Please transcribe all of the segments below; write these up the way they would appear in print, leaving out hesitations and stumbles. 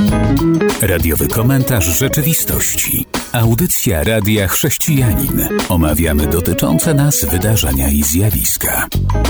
Radiowy komentarz rzeczywistości. Audycja Radia Chrześcijanin. Omawiamy dotyczące nas wydarzenia i zjawiska.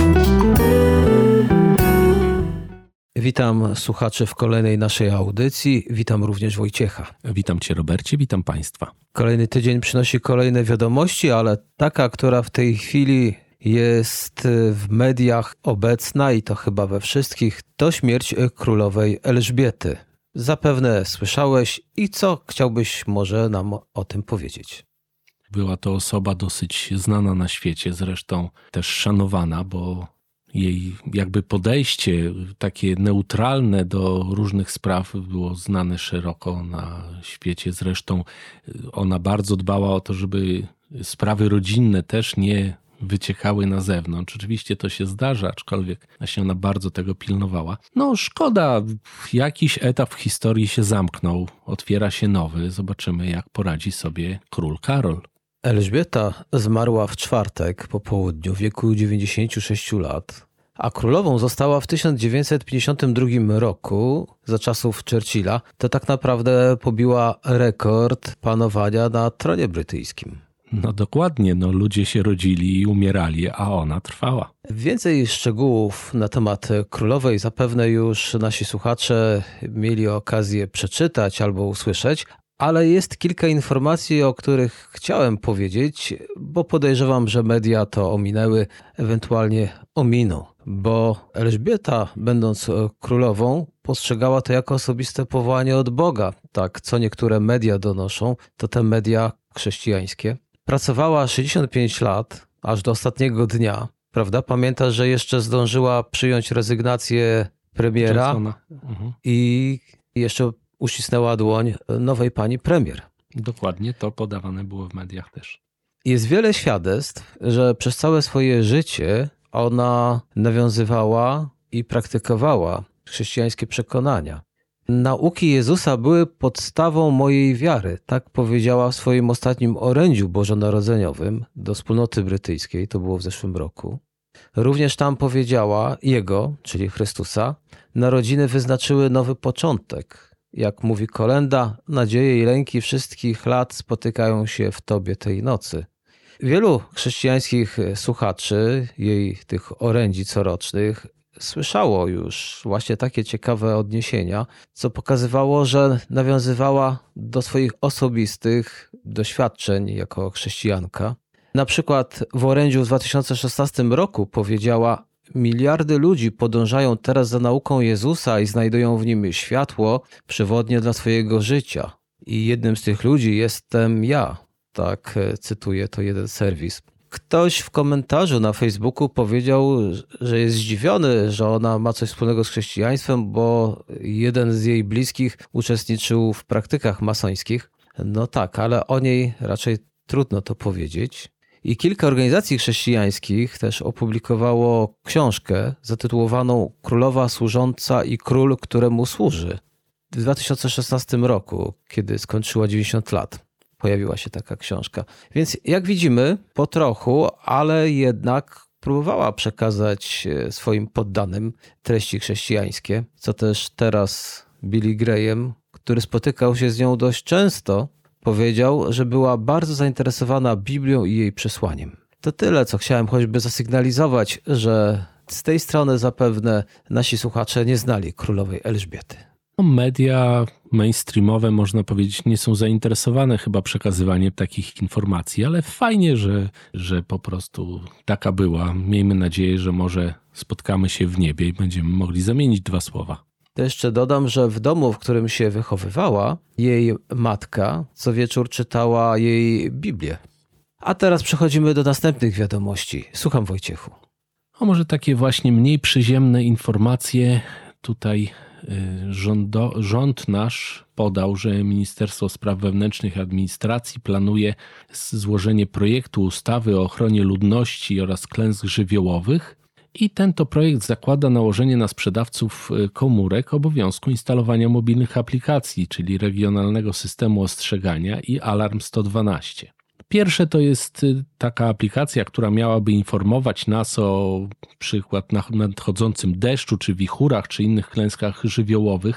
Witam słuchaczy w kolejnej naszej audycji. Witam również Wojciecha. Witam Cię, Robercie, witam Państwa. Kolejny tydzień przynosi kolejne wiadomości, ale taka, która w tej chwili jest w mediach obecna i to chyba we wszystkich, to śmierć królowej Elżbiety. Zapewne słyszałeś i co chciałbyś może nam o tym powiedzieć? Była to osoba dosyć znana na świecie, zresztą też szanowana, bo jej jakby podejście takie neutralne do różnych spraw było znane szeroko na świecie. Zresztą ona bardzo dbała o to, żeby sprawy rodzinne też nie wyciekały na zewnątrz. Oczywiście to się zdarza, aczkolwiek właśnie ona bardzo tego pilnowała. No szkoda, jakiś etap w historii się zamknął, otwiera się nowy. Zobaczymy, jak poradzi sobie król Karol. Elżbieta zmarła w czwartek po południu w wieku 96 lat, a królową została w 1952 roku za czasów Churchilla. To tak naprawdę pobiła rekord panowania na tronie brytyjskim. No dokładnie, ludzie się rodzili i umierali, a ona trwała. Więcej szczegółów na temat królowej zapewne już nasi słuchacze mieli okazję przeczytać albo usłyszeć, ale jest kilka informacji, o których chciałem powiedzieć, bo podejrzewam, że media to ominęły, ewentualnie ominą. Bo Elżbieta, będąc królową, postrzegała to jako osobiste powołanie od Boga. Tak, co niektóre media donoszą, to te media chrześcijańskie. Pracowała 65 lat, aż do ostatniego dnia, prawda? Pamiętasz, że jeszcze zdążyła przyjąć rezygnację premiera i jeszcze uścisnęła dłoń nowej pani premier. Dokładnie, to podawane było w mediach też. Jest wiele świadectw, że przez całe swoje życie ona nawiązywała i praktykowała chrześcijańskie przekonania. Nauki Jezusa były podstawą mojej wiary, tak powiedziała w swoim ostatnim orędziu bożonarodzeniowym do wspólnoty brytyjskiej, to było w zeszłym roku. Również tam powiedziała Jego, czyli Chrystusa, narodziny wyznaczyły nowy początek. Jak mówi kolenda, nadzieje i lęki wszystkich lat spotykają się w Tobie tej nocy. Wielu chrześcijańskich słuchaczy jej tych orędzi corocznych słyszało już właśnie takie ciekawe odniesienia, co pokazywało, że nawiązywała do swoich osobistych doświadczeń jako chrześcijanka. Na przykład w orędziu w 2016 roku powiedziała: miliardy ludzi podążają teraz za nauką Jezusa i znajdują w nim światło przewodnie dla swojego życia. I jednym z tych ludzi jestem ja. Tak cytuję to jeden serwis. Ktoś w komentarzu na Facebooku powiedział, że jest zdziwiony, że ona ma coś wspólnego z chrześcijaństwem, bo jeden z jej bliskich uczestniczył w praktykach masońskich. No tak, ale o niej raczej trudno to powiedzieć. I kilka organizacji chrześcijańskich też opublikowało książkę zatytułowaną Królowa służąca i król, któremu służy. W 2016 roku, kiedy skończyła 90 lat. Pojawiła się taka książka. Więc jak widzimy, po trochu, ale jednak próbowała przekazać swoim poddanym treści chrześcijańskie, co też teraz Billy Graham, który spotykał się z nią dość często, powiedział, że była bardzo zainteresowana Biblią i jej przesłaniem. To tyle, co chciałem choćby zasygnalizować, że z tej strony zapewne nasi słuchacze nie znali królowej Elżbiety. Media mainstreamowe, można powiedzieć, nie są zainteresowane chyba przekazywaniem takich informacji, ale fajnie, że po prostu taka była. Miejmy nadzieję, że może spotkamy się w niebie i będziemy mogli zamienić dwa słowa. To jeszcze dodam, że w domu, w którym się wychowywała, jej matka co wieczór czytała jej Biblię. A teraz przechodzimy do następnych wiadomości. Słucham, Wojciechu. A może takie właśnie mniej przyziemne informacje tutaj. Rząd nasz podał, że Ministerstwo Spraw Wewnętrznych i Administracji planuje złożenie projektu ustawy o ochronie ludności oraz klęsk żywiołowych i ten to projekt zakłada nałożenie na sprzedawców komórek obowiązku instalowania mobilnych aplikacji, czyli regionalnego systemu ostrzegania i Alarm 112. Pierwsze to jest taka aplikacja, która miałaby informować nas o przykład nadchodzącym deszczu, czy wichurach, czy innych klęskach żywiołowych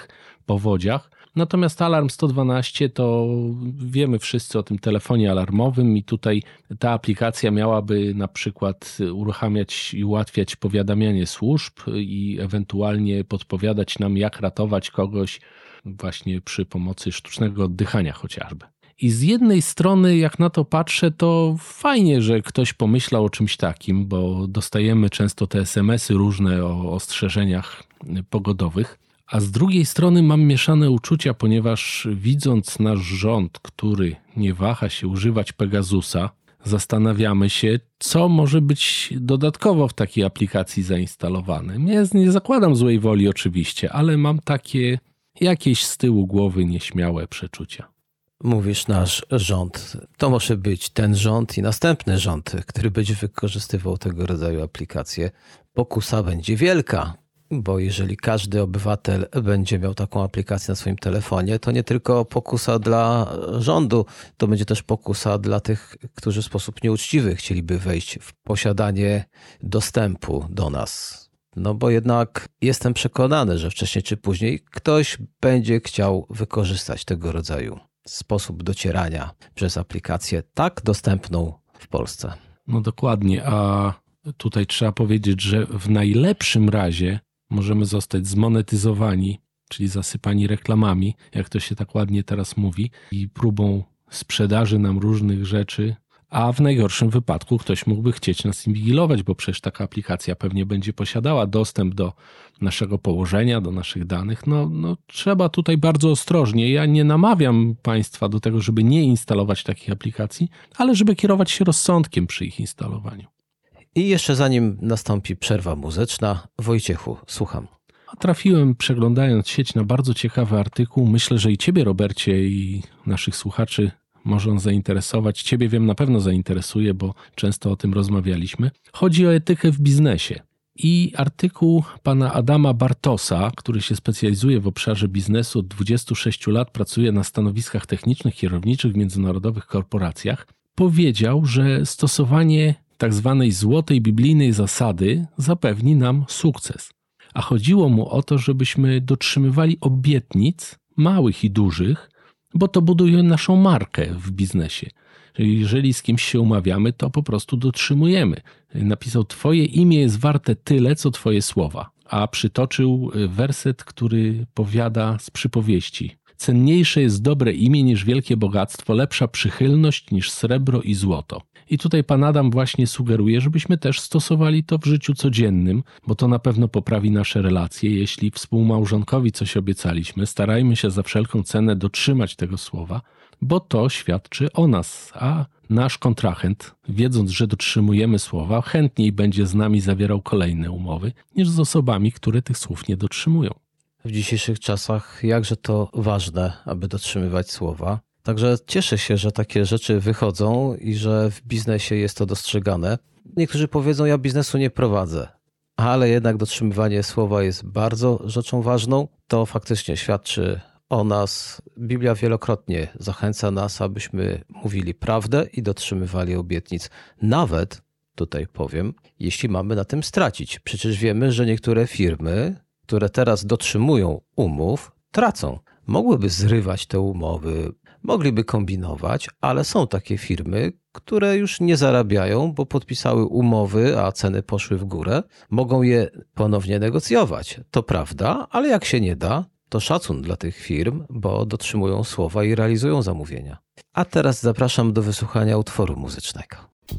powodziach. Natomiast alarm 112 to wiemy wszyscy o tym telefonie alarmowym i tutaj ta aplikacja miałaby na przykład uruchamiać i ułatwiać powiadamianie służb i ewentualnie podpowiadać nam, jak ratować kogoś właśnie przy pomocy sztucznego oddychania chociażby. I z jednej strony, jak na to patrzę, to fajnie, że ktoś pomyślał o czymś takim, bo dostajemy często te SMS-y różne o ostrzeżeniach pogodowych. A z drugiej strony mam mieszane uczucia, ponieważ widząc nasz rząd, który nie waha się używać Pegasusa, zastanawiamy się, co może być dodatkowo w takiej aplikacji zainstalowane. Nie zakładam złej woli oczywiście, ale mam takie jakieś z tyłu głowy nieśmiałe przeczucia. Mówisz nasz rząd. To może być ten rząd i następny rząd, który będzie wykorzystywał tego rodzaju aplikacje. Pokusa będzie wielka, bo jeżeli każdy obywatel będzie miał taką aplikację na swoim telefonie, to nie tylko pokusa dla rządu, to będzie też pokusa dla tych, którzy w sposób nieuczciwy chcieliby wejść w posiadanie dostępu do nas. No bo jednak jestem przekonany, że wcześniej czy później ktoś będzie chciał wykorzystać tego rodzaju sposób docierania przez aplikację tak dostępną w Polsce. No dokładnie, a tutaj trzeba powiedzieć, że w najlepszym razie możemy zostać zmonetyzowani, czyli zasypani reklamami, jak to się tak ładnie teraz mówi, i próbą sprzedaży nam różnych rzeczy, a w najgorszym wypadku ktoś mógłby chcieć nas inwigilować, bo przecież taka aplikacja pewnie będzie posiadała dostęp do naszego położenia, do naszych danych. No trzeba tutaj bardzo ostrożnie. Ja nie namawiam Państwa do tego, żeby nie instalować takich aplikacji, ale żeby kierować się rozsądkiem przy ich instalowaniu. I jeszcze zanim nastąpi przerwa muzyczna, Wojciechu, słucham. Trafiłem, przeglądając sieć, na bardzo ciekawy artykuł. Myślę, że i Ciebie, Robercie, i naszych słuchaczy może on zainteresować. Ciebie wiem na pewno zainteresuje, bo często o tym rozmawialiśmy. Chodzi o etykę w biznesie. I artykuł pana Adama Bartosa, który się specjalizuje w obszarze biznesu, od 26 lat pracuje na stanowiskach technicznych, kierowniczych w międzynarodowych korporacjach, powiedział, że stosowanie tak zwanej złotej biblijnej zasady zapewni nam sukces. A chodziło mu o to, żebyśmy dotrzymywali obietnic, małych i dużych, bo to buduje naszą markę w biznesie. Jeżeli z kimś się umawiamy, to po prostu dotrzymujemy. Napisał: Twoje imię jest warte tyle, co Twoje słowa. A przytoczył werset, który powiada z przypowieści: cenniejsze jest dobre imię niż wielkie bogactwo, lepsza przychylność niż srebro i złoto. I tutaj pan Adam właśnie sugeruje, żebyśmy też stosowali to w życiu codziennym, bo to na pewno poprawi nasze relacje. Jeśli współmałżonkowi coś obiecaliśmy, starajmy się za wszelką cenę dotrzymać tego słowa, bo to świadczy o nas, a nasz kontrahent, wiedząc, że dotrzymujemy słowa, chętniej będzie z nami zawierał kolejne umowy, niż z osobami, które tych słów nie dotrzymują. W dzisiejszych czasach jakże to ważne, aby dotrzymywać słowa. Także cieszę się, że takie rzeczy wychodzą i że w biznesie jest to dostrzegane. Niektórzy powiedzą: ja biznesu nie prowadzę, ale jednak dotrzymywanie słowa jest bardzo rzeczą ważną. To faktycznie świadczy o nas. Biblia wielokrotnie zachęca nas, abyśmy mówili prawdę i dotrzymywali obietnic. Nawet, tutaj powiem, jeśli mamy na tym stracić. Przecież wiemy, że niektóre firmy, które teraz dotrzymują umów, tracą. Mogłyby zrywać te umowy, mogliby kombinować, ale są takie firmy, które już nie zarabiają, bo podpisały umowy, a ceny poszły w górę. Mogą je ponownie negocjować. To prawda, ale jak się nie da, to szacun dla tych firm, bo dotrzymują słowa i realizują zamówienia. A teraz zapraszam do wysłuchania utworu muzycznego.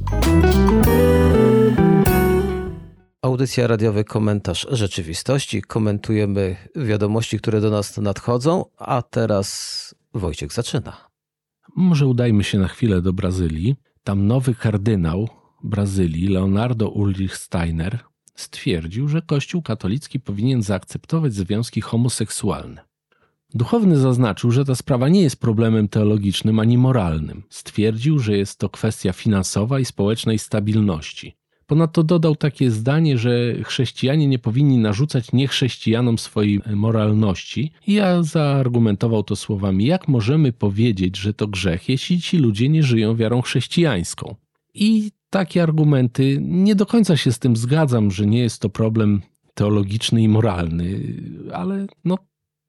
Audycja radiowy Komentarz Rzeczywistości. Komentujemy wiadomości, które do nas nadchodzą, a teraz Wojciech zaczyna. Może udajmy się na chwilę do Brazylii. Tam nowy kardynał Brazylii, Leonardo Ulrich Steiner, stwierdził, że Kościół katolicki powinien zaakceptować związki homoseksualne. Duchowny zaznaczył, że ta sprawa nie jest problemem teologicznym ani moralnym. Stwierdził, że jest to kwestia finansowa i społecznej stabilności. Ponadto dodał takie zdanie, że chrześcijanie nie powinni narzucać niechrześcijanom swojej moralności. I ja zaargumentował to słowami: jak możemy powiedzieć, że to grzech, jeśli ci ludzie nie żyją wiarą chrześcijańską? I takie argumenty, nie do końca się z tym zgadzam, że nie jest to problem teologiczny i moralny, ale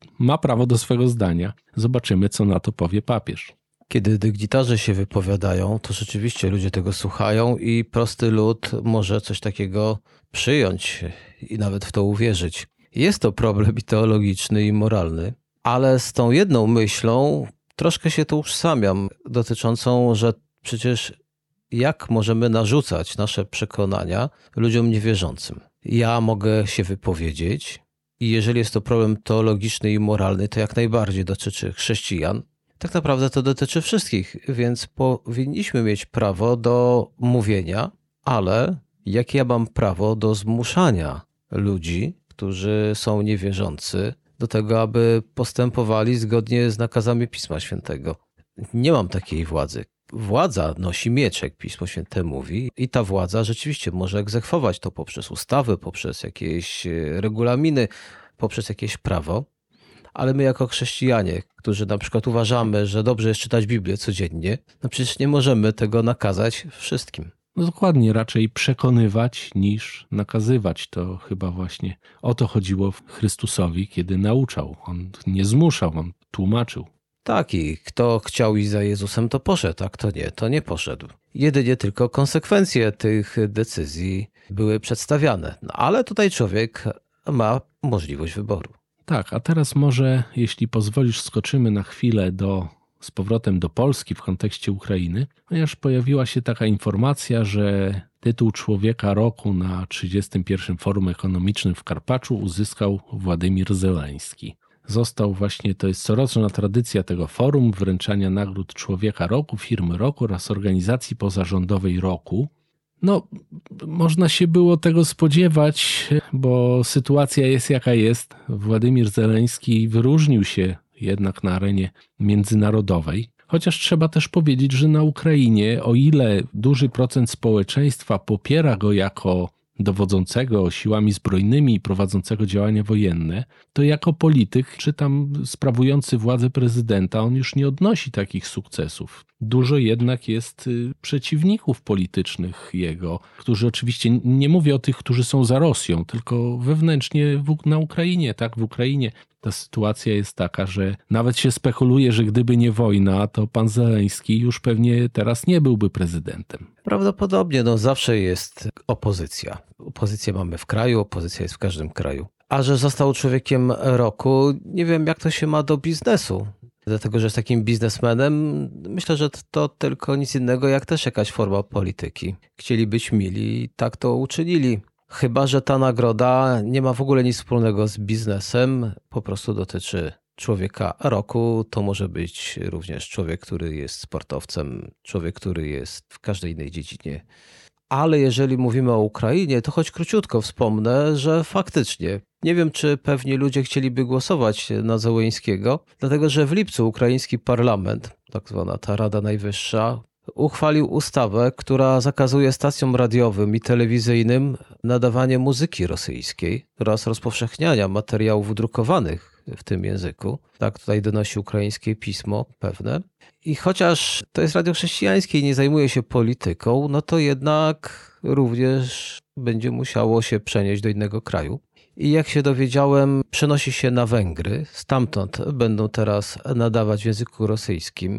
ma prawo do swego zdania. Zobaczymy, co na to powie papież. Kiedy dygnitarze się wypowiadają, to rzeczywiście ludzie tego słuchają i prosty lud może coś takiego przyjąć i nawet w to uwierzyć. Jest to problem i teologiczny, i moralny, ale z tą jedną myślą troszkę się to utożsamiam, dotyczącą, że przecież jak możemy narzucać nasze przekonania ludziom niewierzącym. Ja mogę się wypowiedzieć i jeżeli jest to problem teologiczny i moralny, to jak najbardziej dotyczy chrześcijan. Tak naprawdę to dotyczy wszystkich, więc powinniśmy mieć prawo do mówienia, ale jakie ja mam prawo do zmuszania ludzi, którzy są niewierzący, do tego, aby postępowali zgodnie z nakazami Pisma Świętego? Nie mam takiej władzy. Władza nosi miecz, jak Pismo Święte mówi, i ta władza rzeczywiście może egzekwować to poprzez ustawy, poprzez jakieś regulaminy, poprzez jakieś prawo. Ale my jako chrześcijanie, którzy na przykład uważamy, że dobrze jest czytać Biblię codziennie, no przecież nie możemy tego nakazać wszystkim. No dokładnie, raczej przekonywać niż nakazywać. To chyba właśnie o to chodziło Chrystusowi, kiedy nauczał. On nie zmuszał, on tłumaczył. Tak, i kto chciał iść za Jezusem, to poszedł, a kto nie, to nie poszedł. Jedynie tylko konsekwencje tych decyzji były przedstawiane. No, ale tutaj człowiek ma możliwość wyboru. Tak, a teraz może, jeśli pozwolisz, skoczymy na chwilę z powrotem do Polski w kontekście Ukrainy, ponieważ pojawiła się taka informacja, że tytuł Człowieka Roku na 31. Forum Ekonomicznym w Karpaczu uzyskał Władimir Zeleński. Został właśnie, to jest coroczna tradycja tego forum, wręczania nagród Człowieka Roku, Firmy Roku oraz organizacji pozarządowej Roku. No, można się było tego spodziewać, bo sytuacja jest jaka jest. Władimir Zeleński wyróżnił się jednak na arenie międzynarodowej. Chociaż trzeba też powiedzieć, że na Ukrainie, o ile duży procent społeczeństwa popiera go jako dowodzącego siłami zbrojnymi i prowadzącego działania wojenne, to jako polityk, czy tam sprawujący władzę prezydenta, on już nie odnosi takich sukcesów. Dużo jednak jest przeciwników politycznych jego, którzy oczywiście, nie mówię o tych, którzy są za Rosją, tylko wewnętrznie na Ukrainie, tak, w Ukrainie. Ta sytuacja jest taka, że nawet się spekuluje, że gdyby nie wojna, to pan Zeleński już pewnie teraz nie byłby prezydentem. Prawdopodobnie, zawsze jest opozycja. Opozycję mamy w kraju, opozycja jest w każdym kraju. A że został Człowiekiem Roku, nie wiem jak to się ma do biznesu. Dlatego, że jest takim biznesmenem, myślę, że to tylko nic innego jak też jakaś forma polityki. Chcieli być mili i tak to uczynili. Chyba że ta nagroda nie ma w ogóle nic wspólnego z biznesem, po prostu dotyczy Człowieka Roku. To może być również człowiek, który jest sportowcem, człowiek, który jest w każdej innej dziedzinie. Ale jeżeli mówimy o Ukrainie, to choć króciutko wspomnę, że faktycznie nie wiem, czy pewnie ludzie chcieliby głosować na Zełeńskiego, dlatego że w lipcu ukraiński parlament, tak zwana ta Rada Najwyższa, uchwalił ustawę, która zakazuje stacjom radiowym i telewizyjnym nadawanie muzyki rosyjskiej oraz rozpowszechniania materiałów drukowanych w tym języku. Tak tutaj donosi ukraińskie pismo pewne. I chociaż to jest radio chrześcijańskie i nie zajmuje się polityką, no to jednak również będzie musiało się przenieść do innego kraju. I jak się dowiedziałem, przenosi się na Węgry. Stamtąd będą teraz nadawać w języku rosyjskim,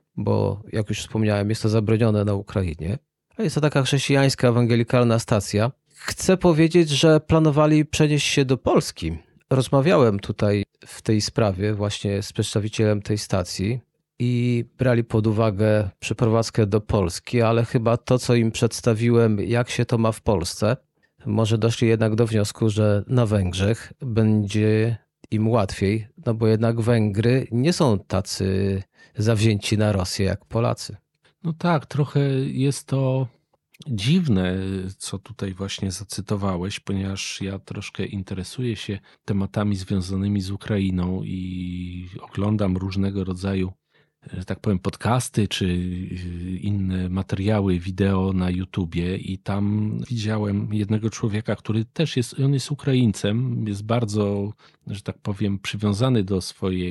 bo jak już wspomniałem, jest to zabronione na Ukrainie. A jest to taka chrześcijańska, ewangelikalna stacja. Chcę powiedzieć, że planowali przenieść się do Polski. Rozmawiałem tutaj w tej sprawie właśnie z przedstawicielem tej stacji i brali pod uwagę przeprowadzkę do Polski, ale chyba to, co im przedstawiłem, jak się to ma w Polsce, może doszli jednak do wniosku, że na Węgrzech będzie im łatwiej, no bo jednak Węgry nie są tacy zawzięci na Rosję jak Polacy. No tak, trochę jest to dziwne, co tutaj właśnie zacytowałeś, ponieważ ja troszkę interesuję się tematami związanymi z Ukrainą i oglądam różnego rodzaju, że tak powiem, podcasty czy inne materiały wideo na YouTubie i tam widziałem jednego człowieka, który też on jest Ukraińcem, jest bardzo, że tak powiem, przywiązany do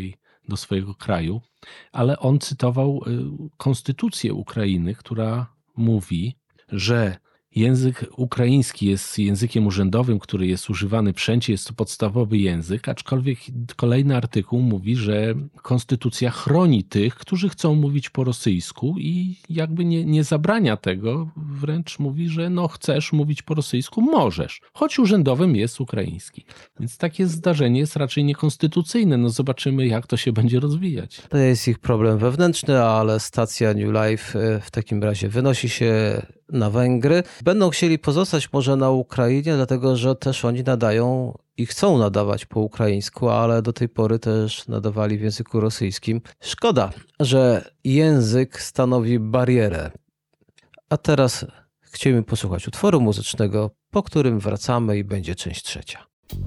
swojego kraju, ale on cytował konstytucję Ukrainy, która mówi, że Język ukraiński jest językiem urzędowym, który jest używany wszędzie, jest to podstawowy język, aczkolwiek kolejny artykuł mówi, że konstytucja chroni tych, którzy chcą mówić po rosyjsku i jakby nie zabrania tego, wręcz mówi, że chcesz mówić po rosyjsku, możesz, choć urzędowym jest ukraiński. Więc takie zdarzenie jest raczej niekonstytucyjne. Zobaczymy, jak to się będzie rozwijać. To jest ich problem wewnętrzny, ale stacja New Life w takim razie wynosi się na Węgry. Będą chcieli pozostać może na Ukrainie, dlatego że też oni nadają i chcą nadawać po ukraińsku, ale do tej pory też nadawali w języku rosyjskim. Szkoda, że język stanowi barierę. A teraz chcielibyśmy posłuchać utworu muzycznego, po którym wracamy i będzie część trzecia.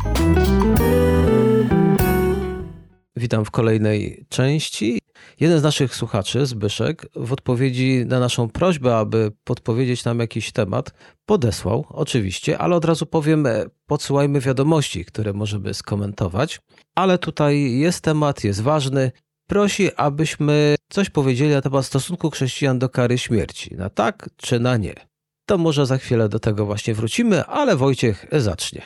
Witam w kolejnej części. Jeden z naszych słuchaczy, Zbyszek, w odpowiedzi na naszą prośbę, aby podpowiedzieć nam jakiś temat, podesłał oczywiście, ale od razu powiem, podsyłajmy wiadomości, które możemy skomentować. Ale tutaj jest temat, jest ważny. Prosi, abyśmy coś powiedzieli na temat stosunku chrześcijan do kary śmierci. Na tak czy na nie? To może za chwilę do tego właśnie wrócimy, ale Wojciech zacznie.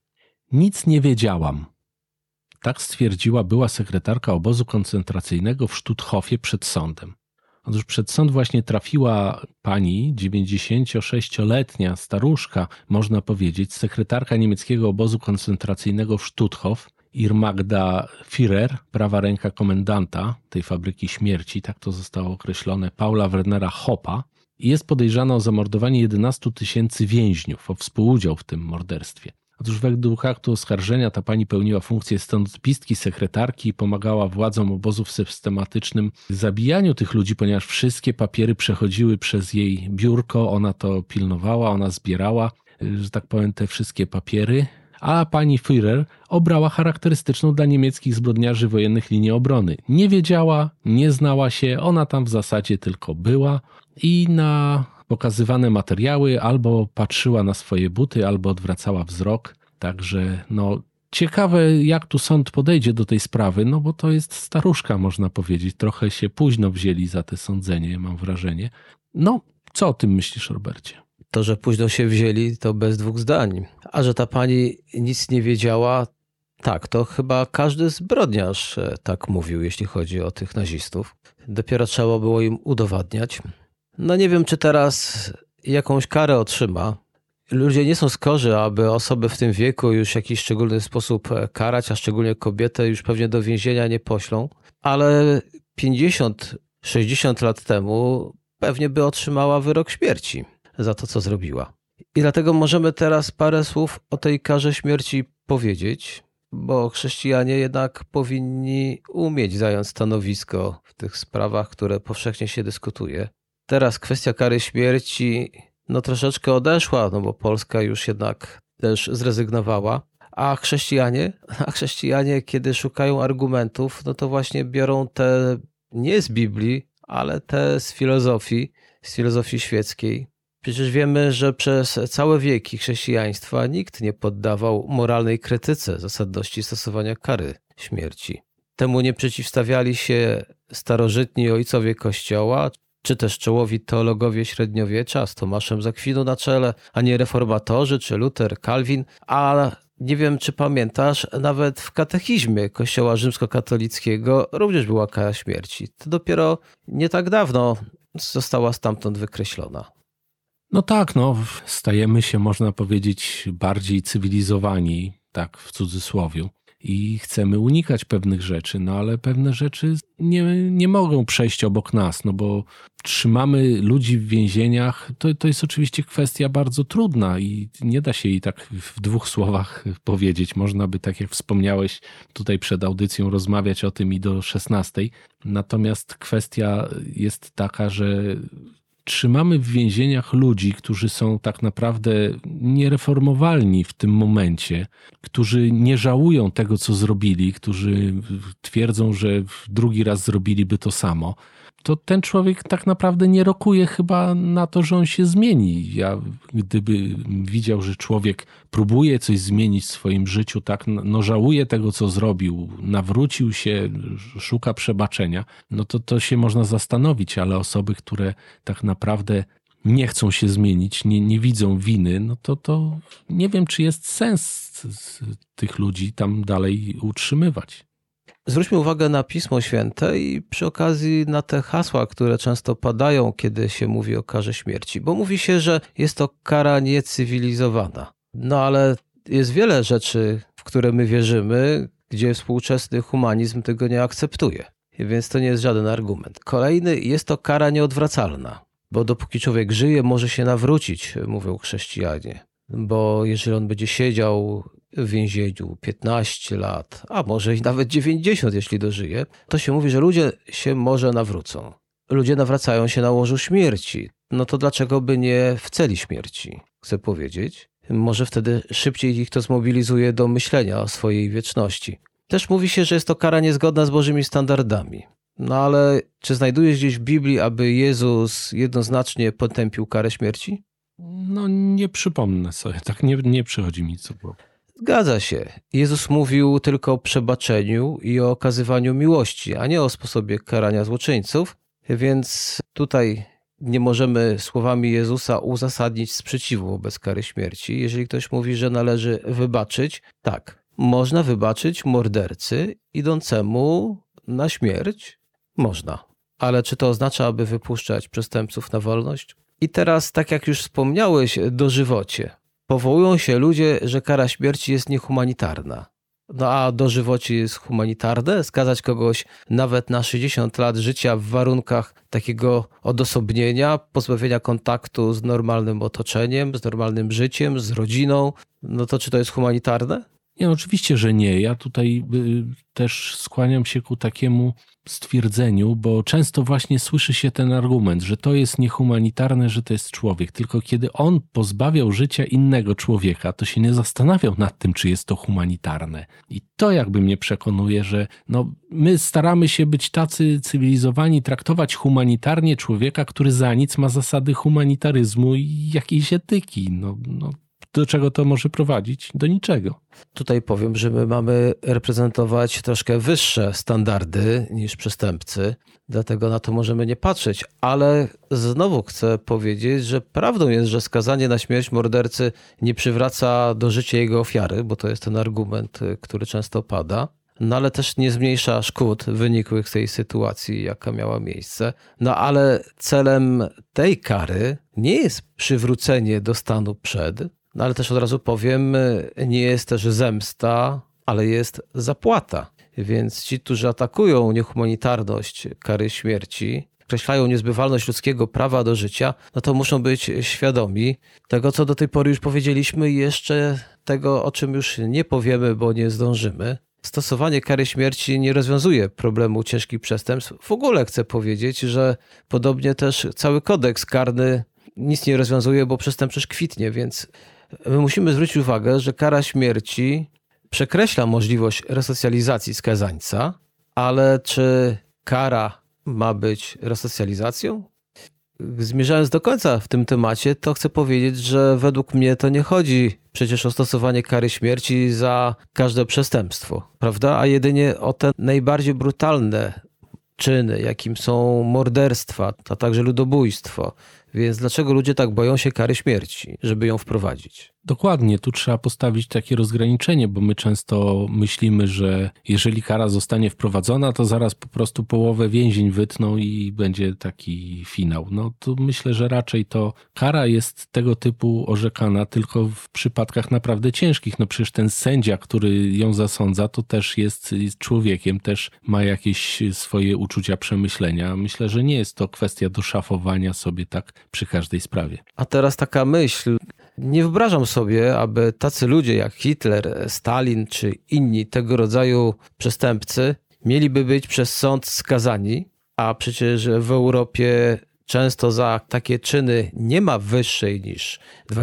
Nic nie wiedziałam. Tak stwierdziła była sekretarka obozu koncentracyjnego w Stutthofie przed sądem. Otóż przed sąd właśnie trafiła pani, 96-letnia staruszka, można powiedzieć, sekretarka niemieckiego obozu koncentracyjnego w Stutthof, Irmgard Führer, prawa ręka komendanta tej fabryki śmierci, tak to zostało określone, Paula Wernera Hoppa, i jest podejrzana o zamordowanie 11 000 więźniów, o współudział w tym morderstwie. Otóż według aktu oskarżenia ta pani pełniła funkcję stenotypistki, sekretarki i pomagała władzom obozu w systematycznym zabijaniu tych ludzi, ponieważ wszystkie papiery przechodziły przez jej biurko, ona to pilnowała, ona zbierała, że tak powiem, te wszystkie papiery, a pani Führer obrała charakterystyczną dla niemieckich zbrodniarzy wojennych linię obrony. Nie wiedziała, nie znała się, ona tam w zasadzie tylko była i na pokazywane materiały albo patrzyła na swoje buty, albo odwracała wzrok. Także ciekawe, jak tu sąd podejdzie do tej sprawy, bo to jest staruszka, można powiedzieć. Trochę się późno wzięli za te sądzenie, mam wrażenie. Co o tym myślisz, Robercie? To, że późno się wzięli, to bez dwóch zdań. A że ta pani nic nie wiedziała, tak, to chyba każdy zbrodniarz tak mówił, jeśli chodzi o tych nazistów. Dopiero trzeba było im udowadniać. Nie wiem, czy teraz jakąś karę otrzyma. Ludzie nie są skorzy, aby osoby w tym wieku już w jakiś szczególny sposób karać, a szczególnie kobietę już pewnie do więzienia nie poślą. Ale 50-60 lat temu pewnie by otrzymała wyrok śmierci za to, co zrobiła. I dlatego możemy teraz parę słów o tej karze śmierci powiedzieć, bo chrześcijanie jednak powinni umieć zająć stanowisko w tych sprawach, które powszechnie się dyskutuje. Teraz kwestia kary śmierci troszeczkę odeszła, bo Polska już jednak też zrezygnowała, a chrześcijanie, kiedy szukają argumentów, to właśnie biorą te nie z Biblii, ale te z filozofii świeckiej. Przecież wiemy, że przez całe wieki chrześcijaństwa nikt nie poddawał moralnej krytyce zasadności stosowania kary śmierci. Temu nie przeciwstawiali się starożytni ojcowie Kościoła, czy też czołowi teologowie średniowiecza z Tomaszem z Akwinu na czele, a nie reformatorzy, czy Luter, Kalwin. A nie wiem, czy pamiętasz, nawet w katechizmie Kościoła rzymskokatolickiego również była kara śmierci. To dopiero nie tak dawno została stamtąd wykreślona. Tak, stajemy się, można powiedzieć, bardziej cywilizowani, tak w cudzysłowiu. I chcemy unikać pewnych rzeczy, ale pewne rzeczy nie mogą przejść obok nas, bo trzymamy ludzi w więzieniach, to jest oczywiście kwestia bardzo trudna i nie da się jej tak w dwóch słowach powiedzieć. Można by, tak jak wspomniałeś tutaj przed audycją, rozmawiać o tym i do 16. Natomiast kwestia jest taka, że trzymamy w więzieniach ludzi, którzy są tak naprawdę niereformowalni w tym momencie, którzy nie żałują tego, co zrobili, którzy twierdzą, że drugi raz zrobiliby to samo. To ten człowiek tak naprawdę nie rokuje chyba na to, że on się zmieni. Ja gdyby widział, że człowiek próbuje coś zmienić w swoim życiu, tak, żałuje tego, co zrobił, nawrócił się, szuka przebaczenia, to się można zastanowić, ale osoby, które tak naprawdę nie chcą się zmienić, nie widzą winy, no to nie wiem, czy jest sens tych ludzi tam dalej utrzymywać. Zwróćmy uwagę na Pismo Święte i przy okazji na te hasła, które często padają, kiedy się mówi o karze śmierci, bo mówi się, że jest to kara niecywilizowana. No ale jest wiele rzeczy, w które my wierzymy, gdzie współczesny humanizm tego nie akceptuje, więc to nie jest żaden argument. Kolejny, jest to kara nieodwracalna, bo dopóki człowiek żyje, może się nawrócić, mówią chrześcijanie, bo jeżeli on będzie siedział w więzieniu 15 lat, a może i nawet 90, jeśli dożyje, to się mówi, że ludzie się może nawrócą. Ludzie nawracają się na łożu śmierci. No to dlaczego by nie w celi śmierci, chcę powiedzieć? Może wtedy szybciej ich to zmobilizuje do myślenia o swojej wieczności. Też mówi się, że jest to kara niezgodna z Bożymi standardami. No ale czy znajdujesz gdzieś w Biblii, aby Jezus jednoznacznie potępił karę śmierci? No nie przypomnę sobie, tak nie przychodzi mi co było. Zgadza się. Jezus mówił tylko o przebaczeniu i o okazywaniu miłości, a nie o sposobie karania złoczyńców, więc tutaj nie możemy słowami Jezusa uzasadnić sprzeciwu wobec kary śmierci. Jeżeli ktoś mówi, że należy wybaczyć, tak, można wybaczyć mordercy idącemu na śmierć? Można. Ale czy to oznacza, aby wypuszczać przestępców na wolność? I teraz, tak jak już wspomniałeś, dożywocie. Powołują się ludzie, że kara śmierci jest niehumanitarna. No a dożywocie jest humanitarne? Skazać kogoś nawet na 60 lat życia w warunkach takiego odosobnienia, pozbawienia kontaktu z normalnym otoczeniem, z normalnym życiem, z rodziną, no to czy to jest humanitarne? Nie, oczywiście, że nie. Ja tutaj też skłaniam się ku takiemu stwierdzeniu, bo często właśnie słyszy się ten argument, że to jest niehumanitarne, że to jest człowiek. Tylko kiedy on pozbawiał życia innego człowieka, to się nie zastanawiał nad tym, czy jest to humanitarne. I to jakby mnie przekonuje, że my staramy się być tacy cywilizowani, traktować humanitarnie człowieka, który za nic ma zasady humanitaryzmu i jakiejś etyki. Do czego to może prowadzić? Do niczego. Tutaj powiem, że my mamy reprezentować troszkę wyższe standardy niż przestępcy, dlatego na to możemy nie patrzeć, ale znowu chcę powiedzieć, że prawdą jest, że skazanie na śmierć mordercy nie przywraca do życia jego ofiary, bo to jest ten argument, który często pada. No ale też nie zmniejsza szkód wynikłych z tej sytuacji, jaka miała miejsce. No ale celem tej kary nie jest przywrócenie do stanu przed, no ale też od razu powiem, nie jest też zemsta, ale jest zapłata. Więc ci, którzy atakują niehumanitarność kary śmierci, określają niezbywalność ludzkiego prawa do życia, no to muszą być świadomi tego, co do tej pory już powiedzieliśmy i jeszcze tego, o czym już nie powiemy, bo nie zdążymy. Stosowanie kary śmierci nie rozwiązuje problemu ciężkich przestępstw. W ogóle chcę powiedzieć, że podobnie też cały kodeks karny nic nie rozwiązuje, bo przestępczość kwitnie, więc my musimy zwrócić uwagę, że kara śmierci przekreśla możliwość resocjalizacji skazańca, ale czy kara ma być resocjalizacją? Zmierzając do końca w tym temacie, to chcę powiedzieć, że według mnie to nie chodzi przecież o stosowanie kary śmierci za każde przestępstwo, prawda? A jedynie o te najbardziej brutalne czyny, jakim są morderstwa, a także ludobójstwo. Więc dlaczego ludzie tak boją się kary śmierci, żeby ją wprowadzić? Dokładnie, tu trzeba postawić takie rozgraniczenie, bo my często myślimy, że jeżeli kara zostanie wprowadzona, to zaraz po prostu połowę więzień wytną i będzie taki finał. No tu myślę, że raczej to kara jest tego typu orzekana tylko w przypadkach naprawdę ciężkich. No przecież ten sędzia, który ją zasądza, to też jest człowiekiem, też ma jakieś swoje uczucia, przemyślenia. Myślę, że nie jest to kwestia doszafowania sobie tak przy każdej sprawie. A teraz taka myśl. Nie wyobrażam sobie, aby tacy ludzie jak Hitler, Stalin czy inni tego rodzaju przestępcy mieliby być przez sąd skazani, a przecież w Europie często za takie czyny nie ma wyższej niż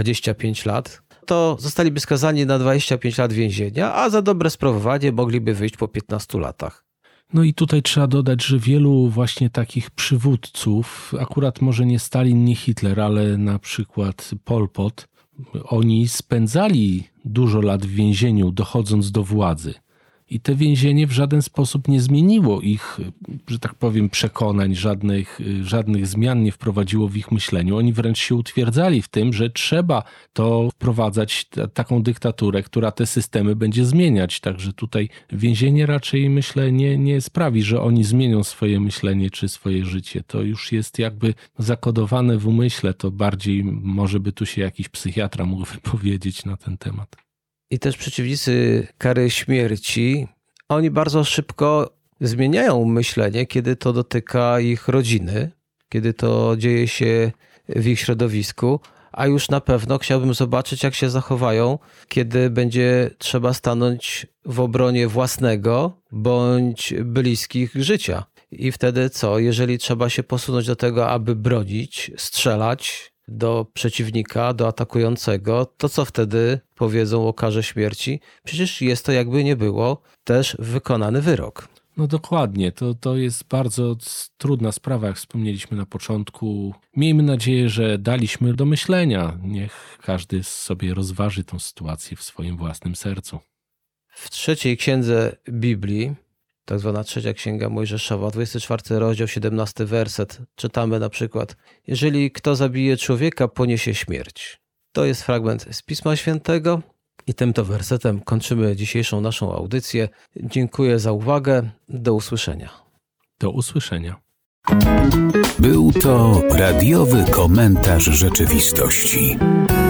25 lat, to zostaliby skazani na 25 lat więzienia, a za dobre sprawowanie mogliby wyjść po 15 latach. No i tutaj trzeba dodać, że wielu właśnie takich przywódców, akurat może nie Stalin, nie Hitler, ale na przykład Pol Pot, oni spędzali dużo lat w więzieniu, dochodząc do władzy. i te więzienie w żaden sposób nie zmieniło ich, że tak powiem, przekonań, żadnych zmian nie wprowadziło w ich myśleniu. Oni wręcz się utwierdzali w tym, że trzeba to wprowadzać, taką dyktaturę, która te systemy będzie zmieniać. Także tutaj więzienie raczej, myślę, nie sprawi, że oni zmienią swoje myślenie czy swoje życie. To już jest jakby zakodowane w umyśle, to bardziej może by tu się jakiś psychiatra mógł wypowiedzieć na ten temat. I też przeciwnicy kary śmierci, oni bardzo szybko zmieniają myślenie, kiedy to dotyka ich rodziny, kiedy to dzieje się w ich środowisku, a już na pewno chciałbym zobaczyć, jak się zachowają, kiedy będzie trzeba stanąć w obronie własnego bądź bliskich życia. I wtedy co? Jeżeli trzeba się posunąć do tego, aby bronić, strzelać do przeciwnika, do atakującego, to co wtedy powiedzą o karze śmierci? Przecież jest to, jakby nie było, też wykonany wyrok. No dokładnie, to jest bardzo trudna sprawa, jak wspomnieliśmy na początku. Miejmy nadzieję, że daliśmy do myślenia. Niech każdy sobie rozważy tę sytuację w swoim własnym sercu. W 3. księdze Biblii, tak zwana 3. księga Mojżeszowa, 24 rozdział, 17 werset, czytamy na przykład: jeżeli kto zabije człowieka, poniesie śmierć. To jest fragment z Pisma Świętego i tym to wersetem kończymy dzisiejszą naszą audycję. Dziękuję za uwagę. Do usłyszenia. Do usłyszenia. Był to radiowy komentarz rzeczywistości.